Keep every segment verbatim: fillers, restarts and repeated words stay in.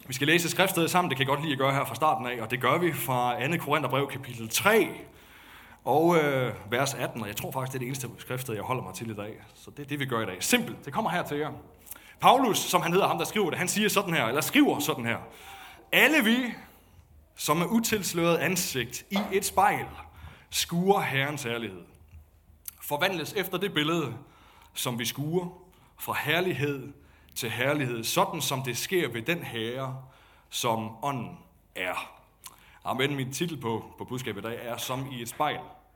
Vi skal læse skriftstedet sammen, det kan jeg godt lide at gøre her fra starten af, og det gør vi fra andet Korintherbrev kapitel tre og øh, vers atten, og jeg tror faktisk, det er det eneste skriftsted, jeg holder mig til i dag. Så det er det, vi gør i dag. Simpelt, det kommer her til jer. Paulus, som han hedder, ham der skriver det, han siger sådan her, eller skriver sådan her. Alle vi, som er utilsløret ansigt i et spejl, skuer Herrens herlighed. Forvandles efter det billede, som vi skuer, fra herlighed til herlighed, sådan som det sker ved den Herre, som ånden er. Amen. Min titel på, på budskabet i dag er Som i et spejl.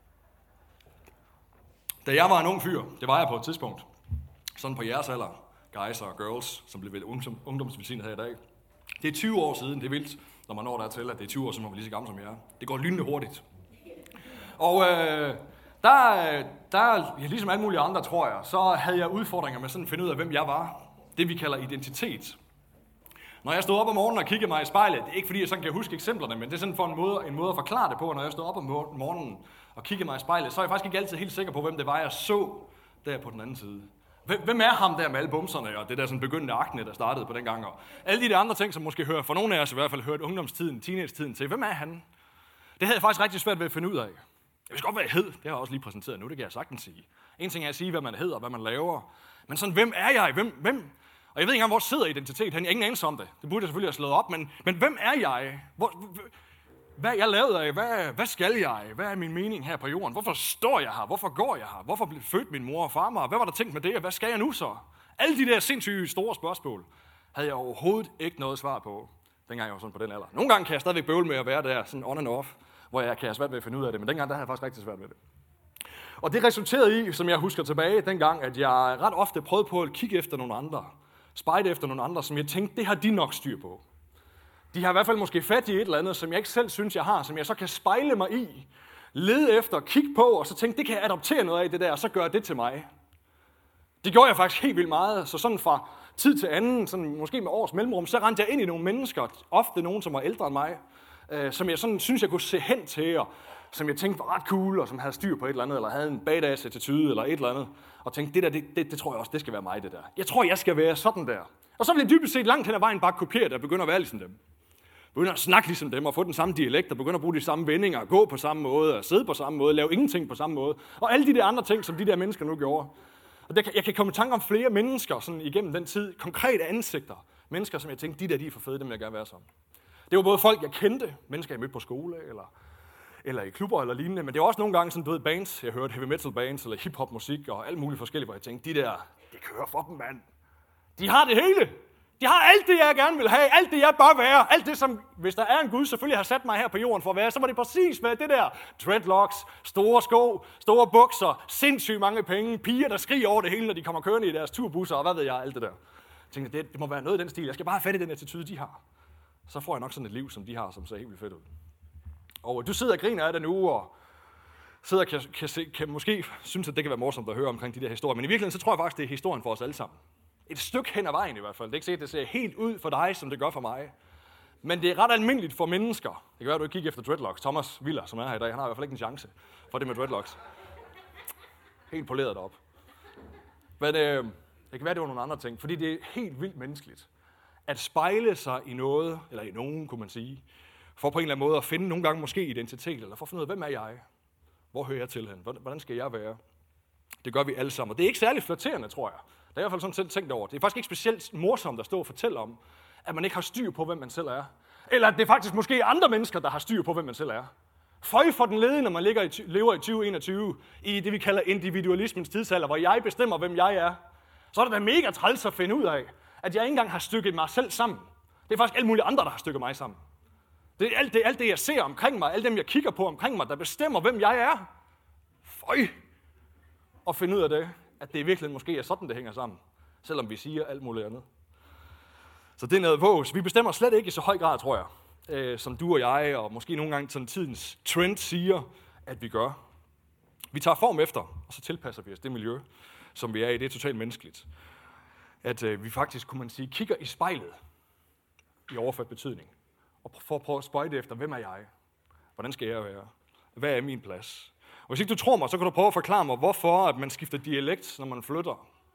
Da jeg var en ung fyr, det var jeg på et tidspunkt, sådan på jeres alder, guys og girls, som blev ungdom, ungdomsvelsignet her i dag. Det er tyve år siden, det er vildt, når man når dertil, at det er tyve år siden, man var lige så gammel som jeg er. Det går lynende hurtigt. Og øh, der, der, ja, ligesom alle mulige andre, tror jeg, så havde jeg udfordringer med sådan at finde ud af, hvem jeg var. Det vi kalder identitet. Når jeg stod op om morgenen og kiggede mig i spejlet, det er ikke fordi jeg sådan kan huske eksemplerne, men det er sådan for en måde, en måde at forklare det på, når jeg stod op om morgenen og kiggede mig i spejlet, så er jeg faktisk ikke altid helt sikker på, hvem det var, jeg så der på den anden side. Hvem er ham der med alle bumserne og det der sådan begyndende akne, der startede på den gang? Og alle de der andre ting, som måske hører, for nogle af os i hvert fald hørt ungdomstiden, teenage-tiden til. Hvem er han? Det havde jeg faktisk rigtig svært ved at finde ud af. Jeg vidste godt, hvad jeg hed. Det har jeg også lige præsenteret nu, det kan jeg sagtens sige. En ting er at sige, hvad man hedder, hvad man laver. Men sådan, hvem er jeg? Hvem, hvem? Og jeg ved ikke engang, hvor sidder identitet. Jeg har ingen anelse om det. Det burde jeg selvfølgelig have slået op. Men, men hvem er jeg? Hvor, hvad er jeg lavet af? Hvad, hvad skal jeg? Hvad er min mening her på jorden? Hvorfor står jeg her? Hvorfor går jeg her? Hvorfor blev født min mor og far mig? Hvad var der tænkt med det? Hvad skal jeg nu så? Alle de der sindssyge store spørgsmål havde jeg overhovedet ikke noget svar på, dengang jeg var sådan på den alder. Nogle gange kan jeg stadigvæk bøvle med at være der, sådan on and off, hvor jeg kan have svært ved at finde ud af det. Men dengang der havde jeg faktisk rigtig svært ved det. Og det resulterede i, som jeg husker tilbage dengang, at jeg ret ofte prøvede på at kigge efter nogle andre. Spejde efter nogle andre, som jeg tænkte, det har de nok styr på. De har i hvert fald måske fat i et eller andet, som jeg ikke selv synes, jeg har, som jeg så kan spejle mig i, lede efter, kigge på, og så tænke, det kan jeg adoptere noget af det der, og så gør det til mig. Det gjorde jeg faktisk helt vildt meget, så sådan fra tid til anden, sådan måske med års mellemrum, så rendte jeg ind i nogle mennesker, ofte nogen, som var ældre end mig, øh, som jeg sådan synes, jeg kunne se hen til, og som jeg tænkte var ret cool, og som havde styr på et eller andet, eller havde en badass attitude, eller et eller andet, og tænkte, det der, det, det, det tror jeg også, det skal være mig, det der. Jeg tror, jeg skal være sådan der. Og så vil jeg dybest set langt hen ad vejen bare kopiere det, og begynde at være ligesom dem. Begynder at snakke ligesom dem, og få den samme dialekt, og begynder at bruge de samme vendinger, gå på samme måde, og sidde på samme måde, lave ingenting på samme måde, og alle de der andre ting, som de der mennesker nu gjorde. Og jeg kan komme i tanke om flere mennesker sådan igennem den tid, konkrete ansigter, mennesker, som jeg tænkte, de der, de er for fede, dem vil jeg gerne være sådan. Det var både folk, jeg kendte, mennesker, jeg mødte på skole, eller, eller i klubber eller lignende, men det var også nogle gange sådan, du ved, bands, jeg hørte heavy metal bands, eller hip-hop musik, og alt muligt forskelligt, hvor jeg tænkte, de der, det kører for dem, mand. De har det hele. De har alt det, jeg gerne vil have, alt det, jeg bør være, alt det, som, hvis der er en Gud, selvfølgelig har sat mig her på jorden for at være, så må det præcis være det der. Dreadlocks, store sko, store bukser, sindssygt mange penge, piger, der skriger over det hele, når de kommer kørende i deres turbusser, og hvad ved jeg, alt det der. Jeg tænkte, det, det må være noget i den stil. Jeg skal bare have fat i den attitude, de har. Så får jeg nok sådan et liv, som de har, som ser helt vildt fedt ud. Og du sidder og griner af det nu, og sidder og kan, kan, kan, kan måske synes, at det kan være morsomt at høre omkring de der historier, men i virkeligheden, så tror jeg faktisk, det er historien for os alle sammen. Et stykke hen ad vejen i hvert fald. Det er ikke sikkert, det ser helt ud for dig, som det gør for mig. Men det er ret almindeligt for mennesker. Det kan være, at du ikke kigger efter dreadlocks. Thomas Willer, som er her i dag, han har i hvert fald ikke en chance for det med dreadlocks. Helt poleret derop. Men øh, det kan være, det var nogle andre ting. Fordi det er helt vildt menneskeligt. At spejle sig i noget, eller i nogen, kunne man sige, for på en eller anden måde at finde nogle gange måske identitet, eller for at finde ud af, hvem er jeg? Hvor hører jeg til hen? Hvordan skal jeg være? Det gør vi alle sammen. Og det er ikke særlig flatterende, tror jeg. Det er i hvert fald sådan selv tænkt over. Det er faktisk ikke specielt morsomt at stå og fortælle om, at man ikke har styr på, hvem man selv er. Eller at det er faktisk måske andre mennesker, der har styr på, hvem man selv er. Føj for den lede, når man ligger i, lever i tyve enogtyve, i det vi kalder individualismens tidsalder, hvor jeg bestemmer, hvem jeg er. Så er det da mega træls at finde ud af, at jeg ikke engang har stykket mig selv sammen. Det er faktisk alle mulige andre, der har stykket mig sammen. Det er alt det, alt det jeg ser omkring mig, alle dem, jeg kigger på omkring mig, der bestemmer, hvem jeg er. Føj! Og finde ud af det, at det i virkeligheden måske er sådan, det hænger sammen, selvom vi siger alt muligt andet. Så det er noget vås. Vi bestemmer slet ikke i så høj grad, tror jeg, øh, som du og jeg, og måske nogle gange sådan tidens trend siger, at vi gør. Vi tager form efter, og så tilpasser vi os det miljø, som vi er i. Det er totalt menneskeligt. At øh, vi faktisk, kunne man sige, kigger i spejlet, i overført betydning, og for at prøve at spejde efter, hvem er jeg? Hvordan skal jeg være? Hvad er min plads? Og hvis ikke du tror mig, så kan du prøve at forklare mig, hvorfor at man skifter dialekt, når man flytter.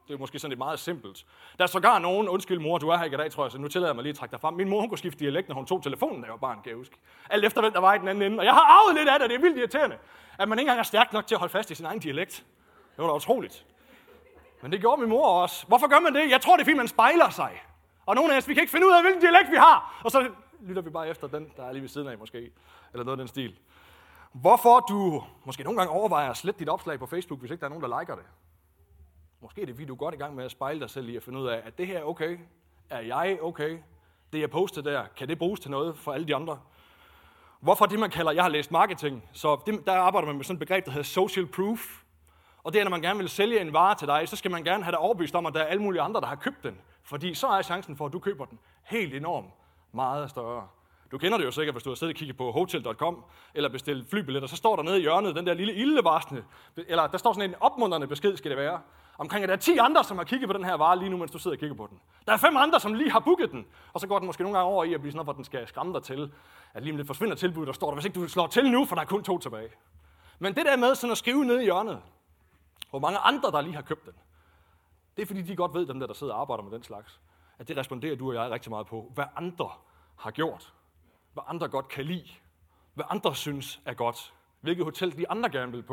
Det er måske sådan lidt meget simpelt. Der er sågar nogen, undskyld mor, du er her ikke i dag, tror jeg, så nu tillader jeg mig lige at trække dig frem. Min mor, hun kunne skifte dialekt, når hun tog telefonen, da jeg var barn, kan jeg huske. Alt efter, hvem der var i den anden ende. Og jeg har arvet lidt af det, det er vildt irriterende, at man ikke engang er stærk nok til at holde fast i sin egen dialekt. Det var da utroligt. Men det gjorde min mor også. Hvorfor gør man det? Jeg tror, det er fordi, man spejler sig. Og nogle af os, vi kan ikke finde ud af, hvilken dialekt vi har. Og så lytter vi bare efter den, der er lige ved siden af måske. Eller noget af den stil. Hvorfor du måske nogle gange overvejer at slette dit opslag på Facebook, hvis ikke der er nogen, der liker det. Måske er det, fordi du er godt i gang med at spejle dig selv i at finde ud af, at det her er okay. Er jeg okay? Det jeg poster der, kan det bruges til noget for alle de andre? Hvorfor det, man kalder, jeg har læst marketing, så det, der arbejder man med sådan et begreb, der hedder social proof. Og det er, når man gerne vil sælge en vare til dig, så skal man gerne have dig overbevist om, at der er alle mulige andre, der har købt den. Fordi så er chancen for, at du køber den helt enormt meget større. Du kender det jo sikkert, hvis du har siddet og kigget på hotel punktum com eller bestilt flybilletter, så står der nede i hjørnet den der lille ildevarslende, eller der står sådan en opmuntrende besked, skal det være, omkring at der er ti andre, som har kigget på den her vare lige nu, mens du sidder og kigger på den. Der er fem andre, som lige har booket den, og så går den måske nogle gange over i at blive sådan noget, hvor den skal skræmme dig til, at lige om lidt forsvinder tilbuddet, der står der, hvis ikke du slår til nu, for der er kun to tilbage. Men det der med sådan at skrive ned i hjørnet, hvor mange andre, der lige har købt den, det er fordi, de godt ved, dem der, der sidder og arbejder med den slags, at det responderer du og jeg rigtig meget på, hvad andre har gjort, hvad andre godt kan lide, hvad andre synes er godt, hvilket hotel de andre gerne vil på,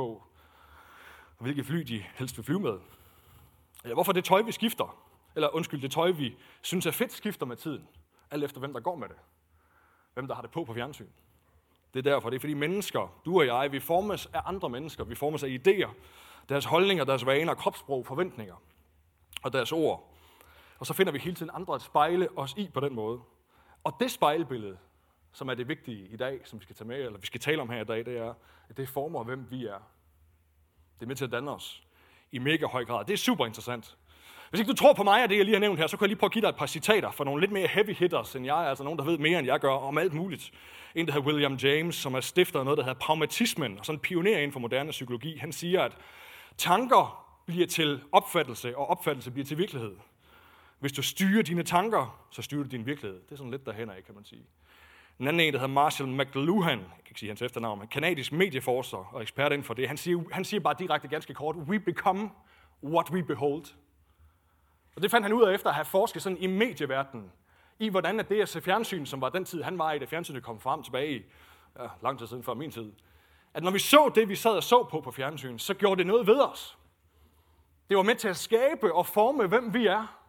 og hvilke fly de helst vil flyve med. Eller hvorfor det tøj, vi skifter, eller undskyld, det tøj, vi synes er fedt, skifter med tiden, alt efter hvem der går med det, hvem der har det på på fjernsyn. Det er derfor, det er fordi mennesker, du og jeg, vi formes af andre mennesker, vi formes af idéer, deres holdninger, deres vaner, kropssprog, forventninger og deres ord. Og så finder vi hele tiden andre at spejle os i på den måde. Og det spejlbillede, som er det vigtige i dag, som vi skal tage med, eller vi skal tale om her i dag, det er, at det former, hvem vi er. Det er med til at danne os i mega høj grad. Det er super interessant. Hvis ikke du tror på mig og det, jeg lige har nævnt her, så kan jeg lige prøve at give dig et par citater fra nogle lidt mere heavy hitters end jeg, altså nogen, der ved mere, end jeg gør, om alt muligt. En, der hedder William James, som er stifter af noget, der hedder pragmatismen, og sådan en pioner inden for moderne psykologi. Han siger, at tanker bliver til opfattelse, og opfattelse bliver til virkelighed. Hvis du styrer dine tanker, så styrer du din virkelighed. Det er sådan lidt derhen af, kan man sige. En anden en, der hedder Marshall McLuhan, jeg kan ikke sige hans efternavn, men kanadisk medieforsker og ekspert inden for det, han siger, han siger bare direkte ganske kort, we become what we behold. Og det fandt han ud af efter at have forsket sådan i medieverdenen, i hvordan at det at se fjernsyn, som var den tid, han var i, da fjernsynet kom frem tilbage i, ja, lang tid siden før min tid, at når vi så det, vi sad og så på på fjernsyn, så gjorde det noget ved os. Det var med til at skabe og forme, hvem vi er.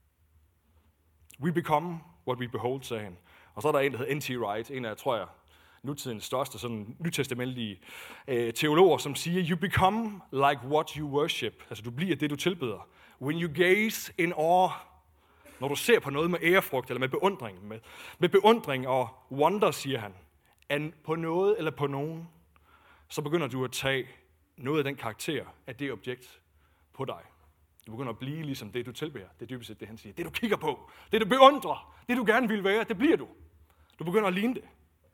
We become what we behold, sagde han. Og så er der en, der hedder N T Wright, en af, tror jeg, nutidens største sådan, nytestamentlige øh, teologer, som siger, you become like what you worship. Altså, du bliver det, du tilbeder. When you gaze in awe, når du ser på noget med ærefrygt eller med beundring, med, med beundring og wonder, siger han, and på noget eller på nogen, så begynder du at tage noget af den karakter af det objekt på dig. Du begynder at blive ligesom det, du tilbeder. Det er dybest set det, han siger. Det, du kigger på, det, du beundrer, det, du gerne vil være, det bliver du. Du begynder at ligne det.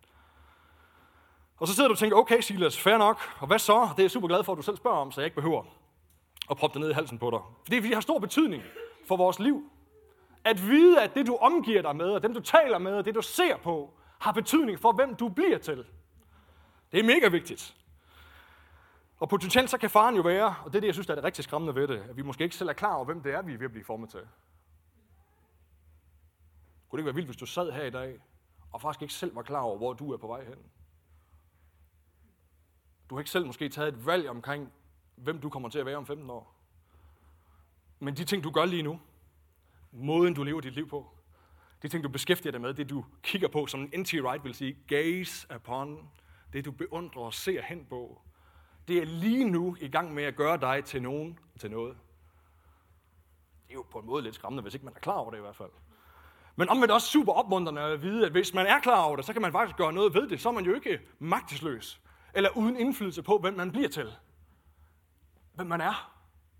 Og så sidder du og tænker, okay Silas, fair nok, og hvad så? Det er jeg super glad for, at du selv spørger om, så jeg ikke behøver at proppe det ned i halsen på dig. Fordi det har stor betydning for vores liv. At vide, at det du omgiver dig med, og dem du taler med, og det du ser på, har betydning for, hvem du bliver til. Det er mega vigtigt. Og potentielt så kan faren jo være, og det er det, jeg synes, der er det rigtig skræmmende ved det, at vi måske ikke selv er klar over, hvem det er, vi er ved at blive formet til. Kunne det ikke være vildt, hvis du sad her i dag, og faktisk ikke selv var klar over, hvor du er på vej hen? Du har ikke selv måske taget et valg omkring, hvem du kommer til at være om femten år. Men de ting, du gør lige nu, måden du lever dit liv på, de ting, du beskæftiger dig med, det du kigger på, som N T Wright vil sige, gaze upon, det du beundrer og ser hen på, det er lige nu i gang med at gøre dig til nogen, til noget. Det er jo på en måde lidt skræmmende, hvis ikke man er klar over det i hvert fald. Men omvendt også super opmuntrende at vide, at hvis man er klar over det, så kan man faktisk gøre noget ved det. Så er man jo ikke magtesløs, eller uden indflydelse på, hvem man bliver til. Hvem man er.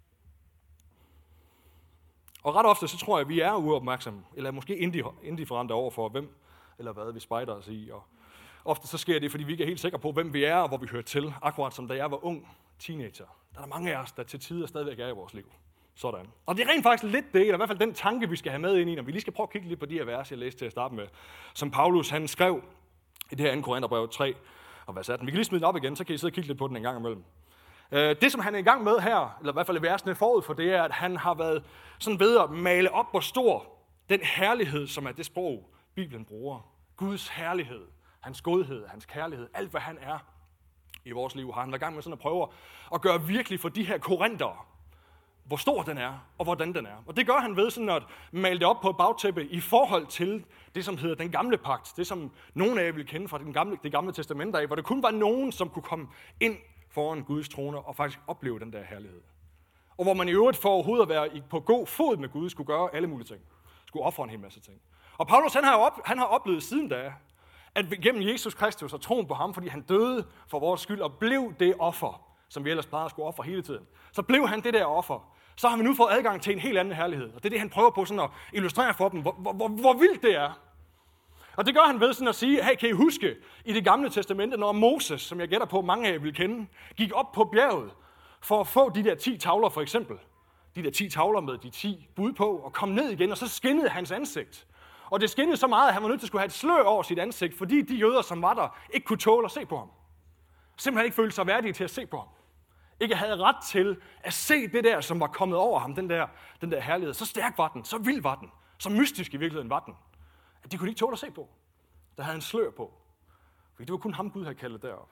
Og ret ofte, så tror jeg, at vi er uopmærksomme, eller måske indifferente over for, hvem eller hvad vi spejder os i. Og ofte så sker det, fordi vi ikke er helt sikre på, hvem vi er og hvor vi hører til. Akkurat som da jeg var ung teenager. Der er der mange af os, der til tider stadigvæk er i vores liv. Sådan. Og det er rent faktisk lidt det, eller i hvert fald den tanke, vi skal have med ind i, når vi lige skal prøve at kigge lidt på de her vers, jeg læste til at starte med. Som Paulus, han skrev i det her anden Korintherbrev tre, og hvad er den? Vi kan lige smide den op igen, så kan I sidde og kigge lidt på den en gang imellem. Det, som han er i gang med her, eller i hvert fald i versene forud for det, er, at han har været sådan ved at male op, hvor stor den herlighed, som er det sprog, Bibelen bruger. Guds herlighed, hans godhed, hans kærlighed, alt hvad han er i vores liv, har han været i gang med sådan at prøve at gøre virkelig for de her korintere, hvor stor den er, og hvordan den er. Og det gør han ved sådan at male det op på et bagtæppe i forhold til det, som hedder den gamle pagt. Det, som nogen af jer vil kende fra den gamle, det gamle testament af, hvor det kun var nogen, som kunne komme ind foran Guds trone og faktisk opleve den der herlighed. Og hvor man i øvrigt for overhovedet at være på god fod med Gud, skulle gøre alle mulige ting. Skulle ofre en hel masse ting. Og Paulus, han har, op, han har oplevet siden da, at gennem Jesus Kristus og troen på ham, fordi han døde for vores skyld og blev det offer, som vi ellers plejede at skulle ofre hele tiden, så blev han det der offer. Så har vi nu fået adgang til en helt anden herlighed. Og det er det, han prøver på sådan at illustrere for dem, hvor, hvor, hvor, hvor vildt det er. Og det gør han ved sådan at sige, hey, kan I huske i det gamle testamente, når Moses, som jeg gætter på, mange af jer vil kende, gik op på bjerget for at få de der ti tavler for eksempel. De der ti tavler med de ti bud på, og kom ned igen, og så skinnede hans ansigt. Og det skinnede så meget, at han var nødt til at skulle have et slør over sit ansigt, fordi de jøder, som var der, ikke kunne tåle at se på ham. Simpelthen ikke følte sig værdige til at se på ham. Ikke havde ret til at se det der, som var kommet over ham, den der, den der herlighed. Så stærk var den, så vild var den, så mystisk i virkeligheden var den, at de kunne ikke tåle at se på. Der havde han slør på. Fordi det var kun ham, Gud havde kaldet derop.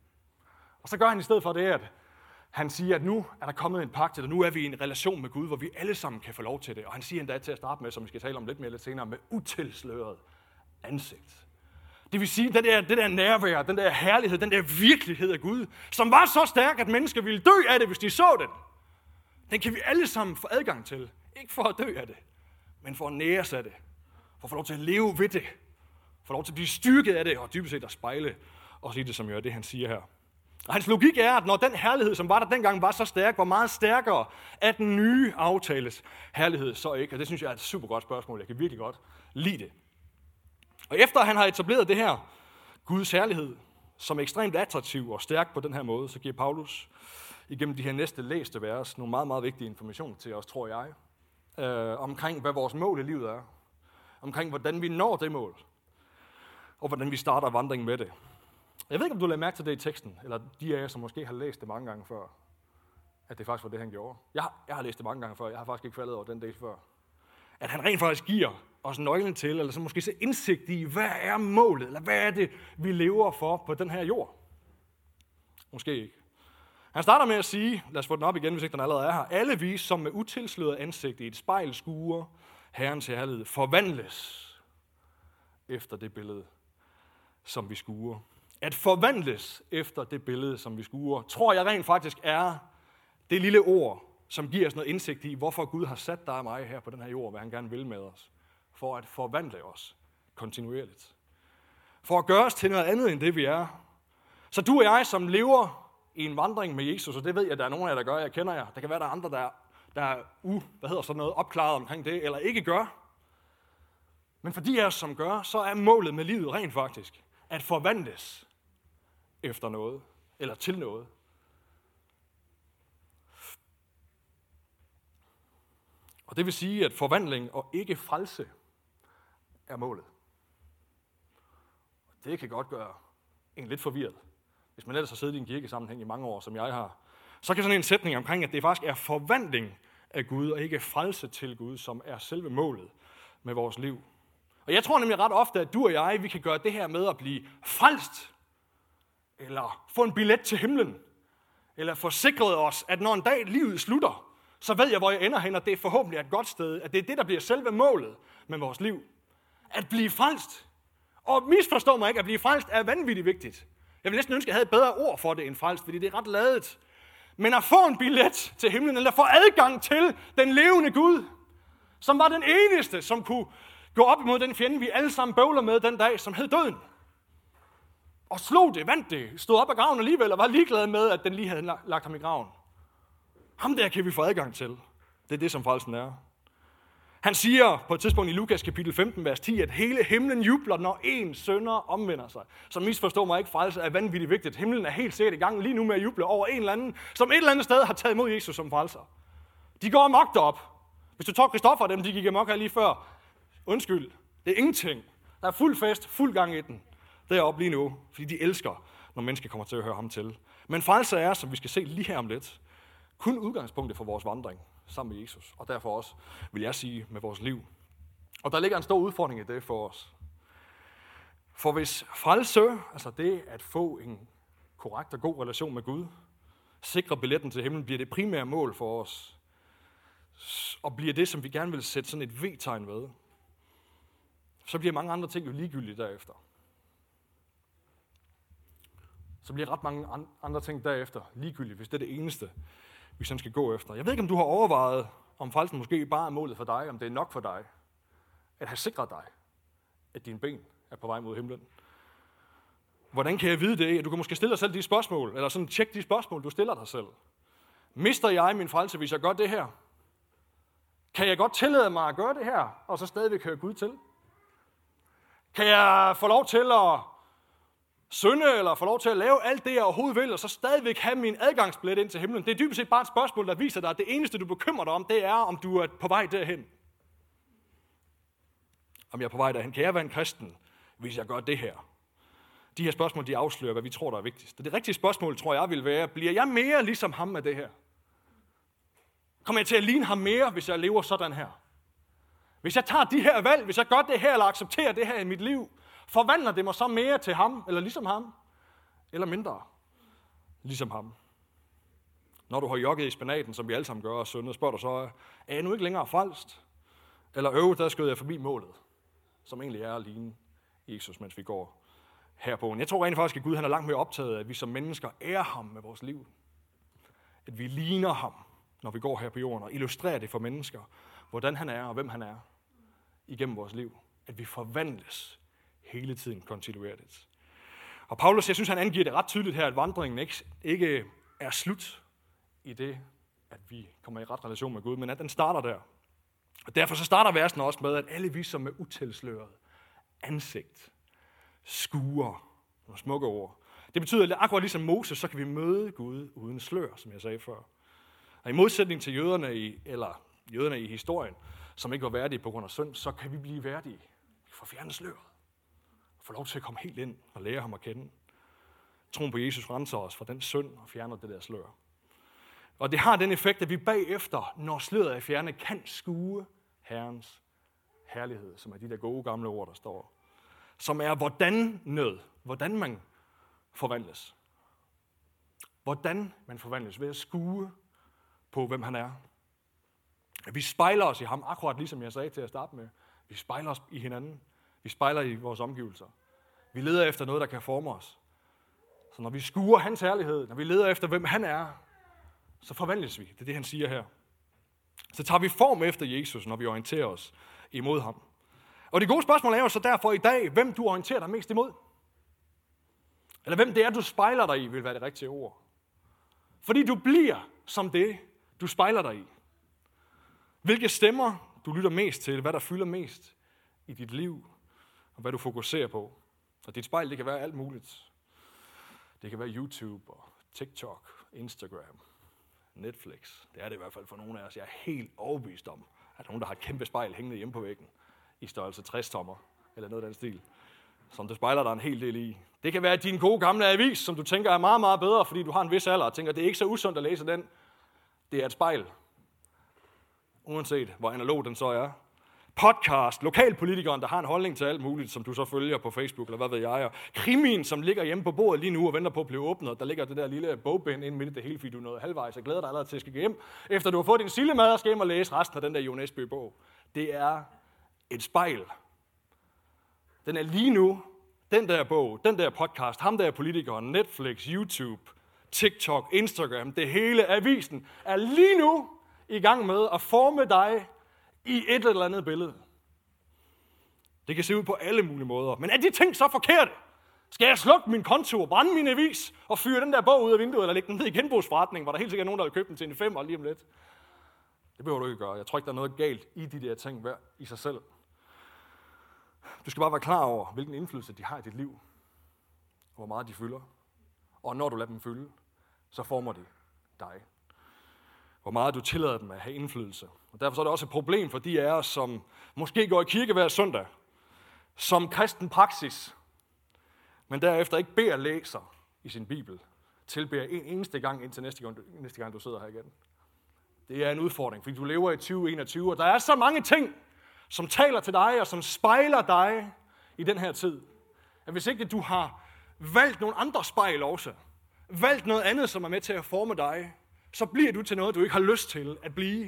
Og så gør han i stedet for det, at han siger, at nu er der kommet en pagt, eller nu er vi i en relation med Gud, hvor vi alle sammen kan få lov til det. Og han siger endda til at starte med, som vi skal tale om lidt mere lidt senere, med utilsløret ansigt. Det vil sige, det der, det der nærvær, den der herlighed, den der virkelighed af Gud, som var så stærk, at mennesker ville dø af det, hvis de så den. Den kan vi alle sammen få adgang til. Ikke for at dø af det, men for at næres af det. For at få lov til at leve ved det. For lov til at blive styrket af det, og dybest set at spejle også i det, som jo er det, han siger her. Og hans logik er, at når den herlighed, som var der dengang, var så stærk, var meget stærkere af den nye aftales herlighed, så ikke. Og det synes jeg er et super godt spørgsmål. Jeg kan virkelig godt lide det. Og efter han har etableret det her Guds herlighed, som er ekstremt attraktiv og stærk på den her måde, så giver Paulus igennem de her næste læste vers nogle meget, meget vigtige informationer til os, tror jeg, øh, omkring hvad vores mål i livet er, omkring hvordan vi når det mål, og hvordan vi starter vandringen med det. Jeg ved ikke, om du lagde mærke til det i teksten, eller de af jer, som måske har læst det mange gange før, at det faktisk var det, han gjorde. Jeg har, jeg har læst det mange gange før, jeg har faktisk ikke faldet over den del før. At han rent faktisk giver os nøglen til, eller så måske se indsigt i, hvad er målet, eller hvad er det, vi lever for på den her jord. Måske ikke. Han starter med at sige, lad os få den op igen, hvis ikke den allerede er her, alle vi, som med utilsløret ansigt i et spejl skuer Herrens herlighed, forvandles efter det billede, som vi skuer. At forvandles efter det billede, som vi skuer, tror jeg rent faktisk er det lille ord, som giver os noget indsigt i, hvorfor Gud har sat dig og mig her på den her jord, hvad han gerne vil med os. For at forvandle os kontinuerligt. For at gøre os til noget andet end det, vi er. Så du og jeg, som lever i en vandring med Jesus, og det ved jeg, at der er nogle af jer, der gør, jeg kender jer. Der kan være, der er andre, der, der er uh, hvad hedder sådan noget, opklaret omkring det, eller ikke gør. Men for de af os, som gør, så er målet med livet rent faktisk, at forvandles efter noget, eller til noget. Og det vil sige, at forvandling og ikke frelse er målet. Det kan godt gøre en lidt forvirret. Hvis man ellers har siddet i en kirkesammenhæng i mange år, som jeg har, så kan sådan en sætning omkring, at det faktisk er forvandling af Gud, og ikke frelse til Gud, som er selve målet med vores liv. Og jeg tror nemlig ret ofte, at du og jeg, vi kan gøre det her med at blive frelst, eller få en billet til himlen, eller forsikret os, at når en dag livet slutter, så ved jeg, hvor jeg ender hen, og det er forhåbentlig et godt sted, at det er det, der bliver selve målet med vores liv. At blive frelst. Og misforstå mig ikke, at blive frelst er vanvittigt vigtigt. Jeg vil næsten ønske, at jeg havde et bedre ord for det end frelst, fordi det er ret ladet. Men at få en billet til himlen, eller få adgang til den levende Gud, som var den eneste, som kunne gå op imod den fjende, vi alle sammen bøvler med den dag, som hed døden. Og slog det, vandt det, stod op af graven alligevel, og var ligeglad med, at den lige havde lagt ham i graven. Ham der kan vi få adgang til. Det er det, som frelsen er. Han siger på et tidspunkt i Lukas kapitel femten, vers ti, at hele himlen jubler, når en synder omvender sig. Så misforstår mig ikke, frelse er vanvittigt vigtigt. Himlen er helt sikkert i gang lige nu med at juble over en eller anden, som et eller andet sted har taget imod Jesus som frelser. De går amok derop. Hvis du tager Kristoffer og dem, de gik amok her lige før. Undskyld, det er ingenting. Der er fuld fest, fuld gang i den. Deroppe lige nu, fordi de elsker når mennesker kommer til at høre ham til. Men frelse er, som vi skal se lige her om lidt, kun udgangspunktet for vores vandring sammen med Jesus, og derfor også, vil jeg sige, med vores liv. Og der ligger en stor udfordring i det for os. For hvis frelse, altså det at få en korrekt og god relation med Gud, sikre billetten til himlen, bliver det primære mål for os, og bliver det, som vi gerne vil sætte sådan et V-tegn ved, så bliver mange andre ting jo ligegyldige derefter. Så bliver ret mange andre ting derefter ligegyldige, hvis det er det eneste, vi sådan skal gå efter. Jeg ved ikke, om du har overvejet, om frelsen måske bare er målet for dig, om det er nok for dig, at have sikret dig, at dine ben er på vej mod himlen. Hvordan kan jeg vide det? Du kan måske stille dig selv de spørgsmål, eller sådan tjek de spørgsmål, du stiller dig selv. Mister jeg min frelse, hvis jeg gør det her? Kan jeg godt tillade mig at gøre det her, og så stadigvæk høre Gud til? Kan jeg få lov til at synde, eller få lov til at lave alt det, jeg overhovedet vil, og så stadigvæk have min adgangsbillet ind til himlen? Det er dybest set bare et spørgsmål, der viser dig, at det eneste, du bekymrer dig om, det er, om du er på vej derhen. Om jeg er på vej derhen. Kan jeg være en kristen, hvis jeg gør det her? De her spørgsmål, de afslører, hvad vi tror, der er vigtigst. Det rigtige spørgsmål, tror jeg, vil være, bliver jeg mere ligesom ham med det her? Kommer jeg til at ligne ham mere, hvis jeg lever sådan her? Hvis jeg tager de her valg, hvis jeg gør det her, eller accepterer det her i mit liv, forvandler det mig så mere til ham, eller ligesom ham? Eller mindre ligesom ham? Når du har jogget i spinaten, som vi alle sammen gør, og syndet, spørger du så, er jeg nu ikke længere frelst? Eller øv, der skød jeg forbi målet, som egentlig er at ligne Jesus, mens vi går her på. Jeg tror rent faktisk, at Gud han er langt mere optaget af, at vi som mennesker ærer ham med vores liv. At vi ligner ham, når vi går her på jorden, og illustrerer det for mennesker, hvordan han er og hvem han er igennem vores liv. At vi forvandles hele tiden kontinuerligt. Og Paulus, jeg synes, han angiver det ret tydeligt her, at vandringen ikke, ikke er slut i det, at vi kommer i ret relation med Gud, men at den starter der. Og derfor så starter versen også med, at alle vi, som med utilsløret ansigt skuer, nogle smukke ord. Det betyder, at akkurat ligesom Moses, så kan vi møde Gud uden slør, som jeg sagde før. Og i modsætning til jøderne i, eller jøderne i historien, som ikke var værdige på grund af synd, så kan vi blive værdige. Vi får fjernet sløret. Få lov til at komme helt ind og lære ham at kende. Troen på Jesus renser os fra den synd og fjerner det der slør. Og det har den effekt, at vi bagefter, når sløret er fjernet, kan skue Herrens herlighed, som er de der gode gamle ord, der står. Som er hvordan nød, hvordan man forvandles. Hvordan man forvandles ved at skue på, hvem han er. Vi spejler os i ham, akkurat ligesom jeg sagde til at starte med. Vi spejler os i hinanden. Vi spejler i vores omgivelser. Vi leder efter noget, der kan forme os. Så når vi skuer hans herlighed, når vi leder efter, hvem han er, så forvandles vi. Det er det, han siger her. Så tager vi form efter Jesus, når vi orienterer os imod ham. Og det gode spørgsmål er jo så derfor i dag, hvem du orienterer dig mest imod. Eller hvem det er, du spejler dig i, vil være det rigtige ord. Fordi du bliver som det, du spejler dig i. Hvilke stemmer du lytter mest til, hvad der fylder mest i dit liv, og hvad du fokuserer på. Og dit spejl, det kan være alt muligt. Det kan være YouTube og TikTok, Instagram, Netflix. Det er det i hvert fald for nogle af os. Jeg er helt overbevist om, at nogen, der har et kæmpe spejl hængende hjemme på væggen, i størrelse tres tommer, eller noget af den stil, som du spejler dig en hel del i. Det kan være din gode gamle avis, som du tænker er meget, meget bedre, fordi du har en vis alder, og tænker, det er ikke så usundt at læse den. Det er et spejl. Uanset hvor analog den så er. Podcast, lokalpolitikeren, der har en holdning til alt muligt, som du så følger på Facebook, eller hvad ved jeg. Og krimien, som ligger hjemme på bordet lige nu og venter på at blive åbnet. Der ligger det der lille bogbind inde midt i det hele, fordi du er nået halvvejs. Jeg glæder dig allerede til at skal hjem, efter du har fået din sillemad og skal hjem og læse resten af den der Jo Nesbø-bog. Det er et spejl. Den er lige nu, den der bog, den der podcast, ham der politikeren, Netflix, YouTube, TikTok, Instagram, det hele, avisen, er lige nu i gang med at forme dig i et eller andet billede. Det kan se ud på alle mulige måder. Men er de ting så forkerte? Skal jeg slukke min konto og brænde min avis og fyre den der bog ud af vinduet, eller lægge den ned i genbrugsforretningen, hvor der helt sikkert er nogen, der vil købe den til en femmer lige om lidt? Det behøver du ikke gøre. Jeg tror ikke, der er noget galt i de der ting hver i sig selv. Du skal bare være klar over, hvilken indflydelse de har i dit liv. Hvor meget de fylder. Og når du lader dem fylde, så former de dig. Hvor meget du tillader dem at have indflydelse. Og derfor er det også et problem for de af os, som måske går i kirke hver søndag, som kristen praksis, men derefter ikke beder, læser i sin bibel tilbeder en eneste gang indtil næste gang, næste gang du sidder her igen. Det er en udfordring, fordi du lever i tyve enogtyve, og der er så mange ting, som taler til dig og som spejler dig i den her tid. At hvis ikke du har valgt nogle andre spejl også, valgt noget andet, som er med til at forme dig, så bliver du til noget, du ikke har lyst til at blive.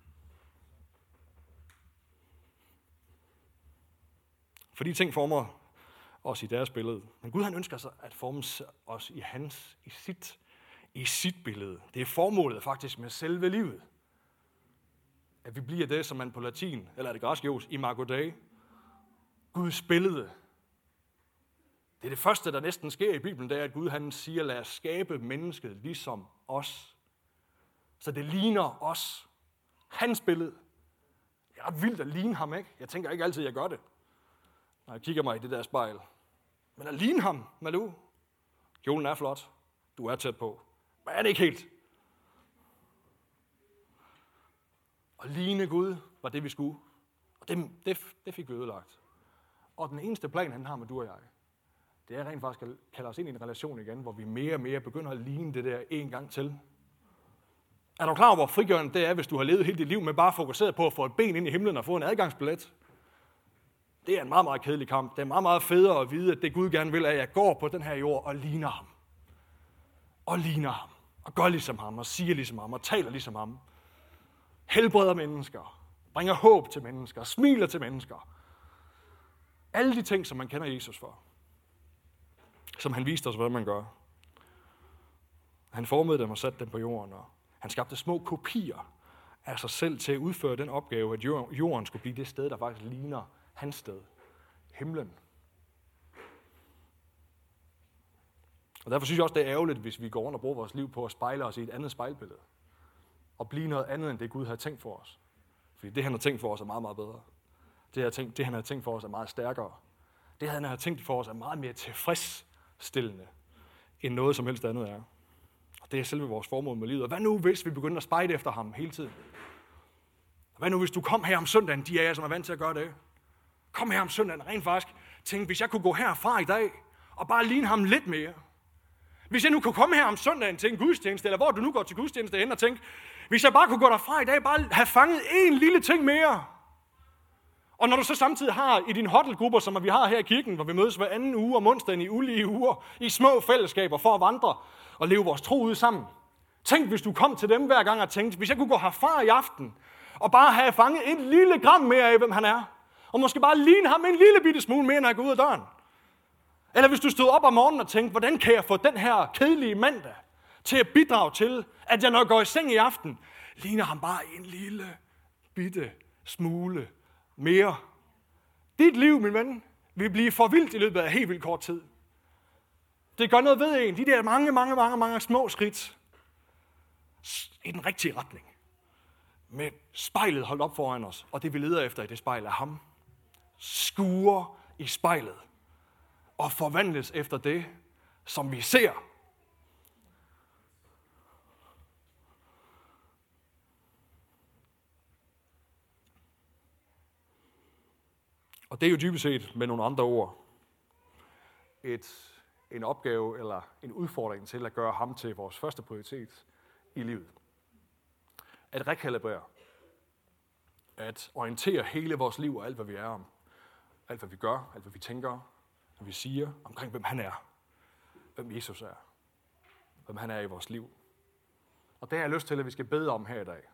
For de ting former os i deres billede. Men Gud han ønsker sig at forme os i hans, i sit, i sit billede. Det er formålet faktisk med selve livet. At vi bliver det, som man på latin, eller det græske ord, imago Dei, Guds billede. Det er det første, der næsten sker i Bibelen, det er, at Gud han siger, lad os skabe mennesket ligesom os. Så det ligner os. Hans billede. Det er ret vildt at ligne ham, ikke? Jeg tænker ikke altid, at jeg gør det, når jeg kigger mig i det der spejl. Men at ligne ham, Malou. Kjolen er flot. Du er tæt på. Men er det ikke helt? At ligne Gud var det, vi skulle. Og det, det, det fik vi ødelagt. Og den eneste plan, han har med du og jeg, det er rent faktisk at kalde os ind i en relation igen, hvor vi mere og mere begynder at ligne det der en gang til. Er du klar over, hvor frigørende det er, hvis du har levet hele dit liv med bare fokuseret på at få et ben ind i himlen og få en adgangsbillet? Det er en meget, meget kedelig kamp. Det er meget, meget federe at vide, at det Gud gerne vil, er, at jeg går på den her jord og ligner ham. Og ligner ham. Og gør ligesom ham. Og siger ligesom ham. Og taler ligesom ham. Helbreder mennesker. Bringer håb til mennesker. Smiler til mennesker. Alle de ting, som man kender Jesus for. Som han viste os, hvordan man gør. Han formede dem og satte dem på jorden. Og han skabte små kopier af sig selv til at udføre den opgave, at jorden skulle blive det sted, der faktisk ligner hans sted. Himlen. Og derfor synes jeg også, det er ærgerligt, hvis vi går rundt og bruger vores liv på at spejle os i et andet spejlbillede. Og blive noget andet, end det Gud har tænkt for os. Fordi det, han har tænkt for os, er meget, meget bedre. Det, han har tænkt, det, han har tænkt for os, er meget stærkere. Det, han har tænkt for os, er meget mere tilfredsstillende, end noget som helst andet er. Og det er selve vores formål med livet. Og hvad nu, hvis vi begynder at spejde efter ham hele tiden? Hvad nu, hvis du kom her om søndagen, de af jer, som er vant til at gøre det? Kom her om søndagen, rent faktisk tænk, hvis jeg kunne gå herfra i dag, og bare ligne ham lidt mere. Hvis jeg nu kunne komme her om søndagen til en gudstjeneste, eller hvor du nu går til gudstjeneste hen og tænke, hvis jeg bare kunne gå derfra i dag, bare have fanget en lille ting mere. Og når du så samtidig har i dine huddle-grupper, som vi har her i kirken, hvor vi mødes hver anden uge om onsdagen i ulige uger, i små fællesskaber for at vandre og leve vores tro ud sammen. Tænk, hvis du kom til dem hver gang og tænkte, hvis jeg kunne gå herfra i aften, og bare have fanget en lille gram mere af, hvem han er. Og måske bare ligne ham en lille bitte smule mere, når jeg går ud af døren. Eller hvis du stod op om morgenen og tænkte, hvordan kan jeg få den her kedelige mandag til at bidrage til, at jeg når jeg går i seng i aften, ligner ham bare en lille bitte smule mere. Dit liv, min ven, vil blive for vildt i løbet af helt vildt kort tid. Det gør noget ved en. De der mange, mange, mange, mange små skridt i den rigtige retning. Med spejlet holdt op foran os, og det vi leder efter i det spejl er ham. Skuer i spejlet og forvandles efter det, som vi ser. Og det er jo dybest set med nogle andre ord et, en opgave eller en udfordring til at gøre ham til vores første prioritet i livet. At rekalibrere. At orientere hele vores liv og alt, hvad vi er om. Alt, hvad vi gør, alt, hvad vi tænker, hvad vi siger, omkring hvem han er. Hvem Jesus er. Hvem han er i vores liv. Og det har jeg lyst til, at vi skal bede om her i dag.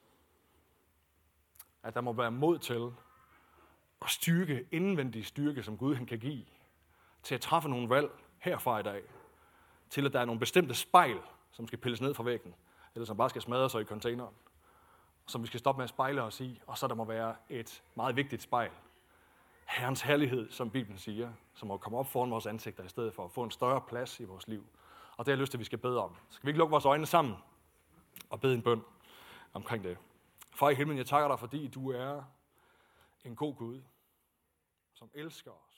At der må være mod til at styrke, indvendig styrke, som Gud han kan give, til at træffe nogle valg herfra i dag. Til at der er nogle bestemte spejl, som skal pilles ned fra væggen, eller som bare skal smadre sig i containeren, som vi skal stoppe med at spejle os i, og så der må være et meget vigtigt spejl. Herrens herlighed, som Bibelen siger, som må komme op foran vores ansigter, i stedet for at få en større plads i vores liv. Og det har jeg lyst til, at vi skal bede om. Skal vi ikke lukke vores øjne sammen og bede en bøn omkring det? Far i himlen, jeg takker dig, fordi du er en god Gud, som elsker